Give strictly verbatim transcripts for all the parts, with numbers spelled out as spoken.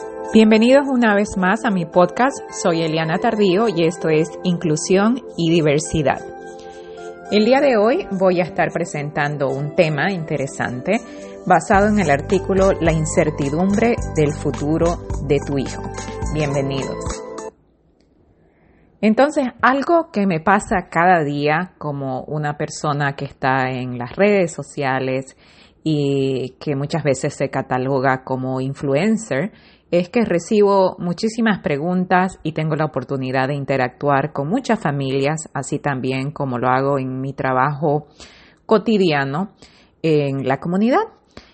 Bienvenidos una vez más a mi podcast. Soy Eliana Tardío y esto es Inclusión y Diversidad. El día de hoy voy a estar presentando un tema interesante basado en el artículo La incertidumbre del futuro de tu hijo. Bienvenidos. Entonces, algo que me pasa cada día como una persona que está en las redes sociales y que muchas veces se cataloga como influencer, es que recibo muchísimas preguntas y tengo la oportunidad de interactuar con muchas familias, así también como lo hago en mi trabajo cotidiano en la comunidad.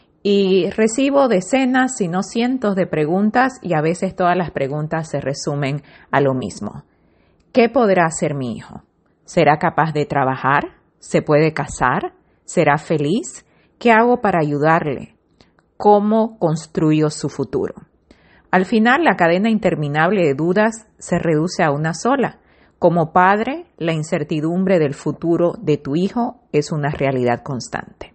Y recibo decenas, si no cientos de preguntas y a veces todas las preguntas se resumen a lo mismo. ¿Qué podrá hacer mi hijo? ¿Será capaz de trabajar? ¿Se puede casar? ¿Será feliz? ¿Qué hago para ayudarle? ¿Cómo construyo su futuro? Al final, la cadena interminable de dudas se reduce a una sola. Como padre, la incertidumbre del futuro de tu hijo es una realidad constante.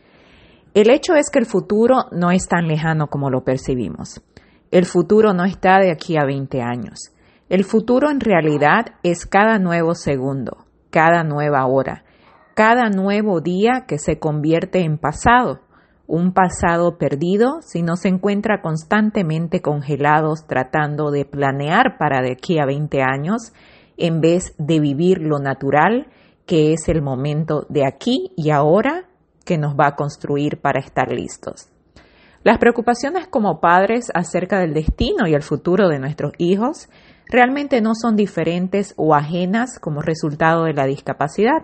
El hecho es que el futuro no es tan lejano como lo percibimos. El futuro no está de aquí a veinte años. El futuro en realidad es cada nuevo segundo, cada nueva hora, cada nuevo día que se convierte en pasado. Un pasado perdido si no se encuentra constantemente congelados tratando de planear para de aquí a veinte años en vez de vivir lo natural que es el momento de aquí y ahora que nos va a construir para estar listos. Las preocupaciones como padres acerca del destino y el futuro de nuestros hijos realmente no son diferentes o ajenas como resultado de la discapacidad.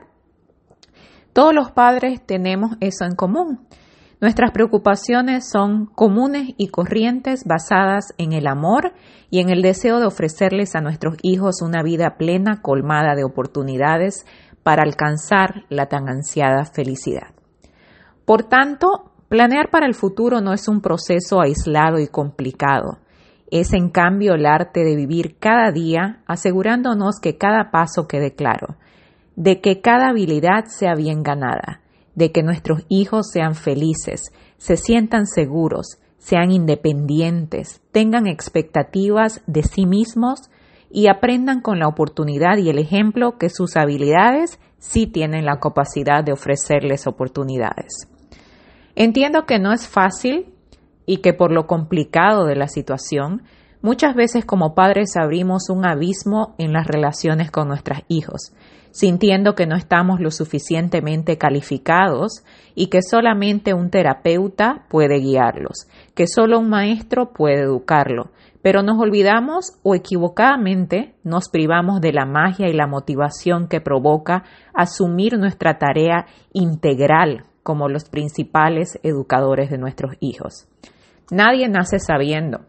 Todos los padres tenemos eso en común. Nuestras preocupaciones son comunes y corrientes basadas en el amor y en el deseo de ofrecerles a nuestros hijos una vida plena, colmada de oportunidades para alcanzar la tan ansiada felicidad. Por tanto, planear para el futuro no es un proceso aislado y complicado. Es en cambio el arte de vivir cada día asegurándonos que cada paso quede claro, de que cada habilidad sea bien ganada, de que nuestros hijos sean felices, se sientan seguros, sean independientes, tengan expectativas de sí mismos y aprendan con la oportunidad y el ejemplo que sus habilidades sí tienen la capacidad de ofrecerles oportunidades. Entiendo que no es fácil y que por lo complicado de la situación, muchas veces como padres abrimos un abismo en las relaciones con nuestros hijos, sintiendo que no estamos lo suficientemente calificados y que solamente un terapeuta puede guiarlos, que solo un maestro puede educarlo, pero nos olvidamos o equivocadamente nos privamos de la magia y la motivación que provoca asumir nuestra tarea integral como los principales educadores de nuestros hijos. Nadie nace sabiendo,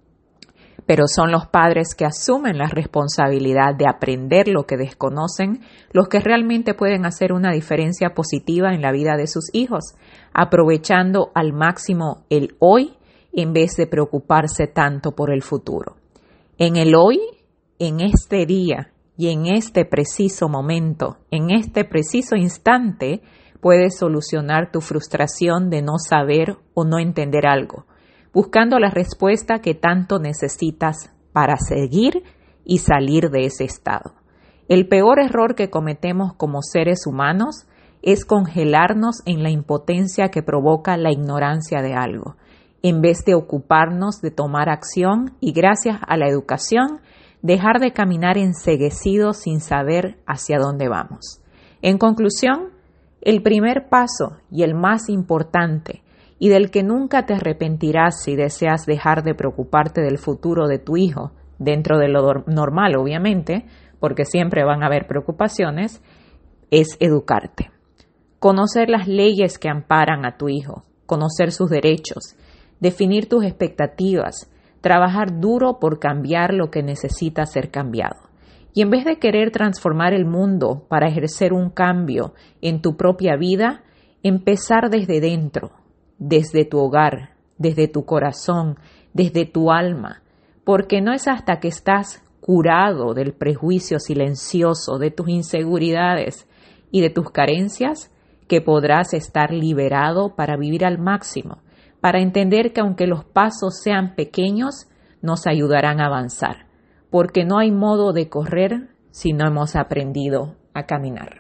pero son los padres que asumen la responsabilidad de aprender lo que desconocen los que realmente pueden hacer una diferencia positiva en la vida de sus hijos, aprovechando al máximo el hoy en vez de preocuparse tanto por el futuro. En el hoy, en este día y en este preciso momento, en este preciso instante, puedes solucionar tu frustración de no saber o no entender algo, buscando la respuesta que tanto necesitas para seguir y salir de ese estado. El peor error que cometemos como seres humanos es congelarnos en la impotencia que provoca la ignorancia de algo, en vez de ocuparnos de tomar acción y gracias a la educación, dejar de caminar enceguecidos sin saber hacia dónde vamos. En conclusión, el primer paso y el más importante y del que nunca te arrepentirás si deseas dejar de preocuparte del futuro de tu hijo, dentro de lo normal obviamente, porque siempre van a haber preocupaciones, es educarte. Conocer las leyes que amparan a tu hijo, conocer sus derechos, definir tus expectativas, trabajar duro por cambiar lo que necesita ser cambiado. Y en vez de querer transformar el mundo para ejercer un cambio en tu propia vida, empezar desde dentro, desde tu hogar, desde tu corazón, desde tu alma, porque no es hasta que estás curado del prejuicio silencioso, de tus inseguridades y de tus carencias, que podrás estar liberado para vivir al máximo, para entender que aunque los pasos sean pequeños, nos ayudarán a avanzar, porque no hay modo de correr si no hemos aprendido a caminar.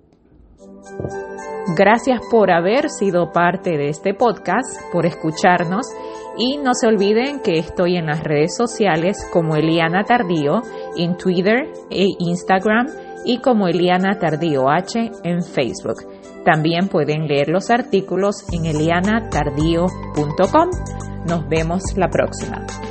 Gracias por haber sido parte de este podcast, por escucharnos, y no se olviden que estoy en las redes sociales como Eliana Tardío en Twitter e Instagram y como Eliana Tardío H en Facebook. También pueden leer los artículos en eliana tardío punto com. Nos vemos la próxima.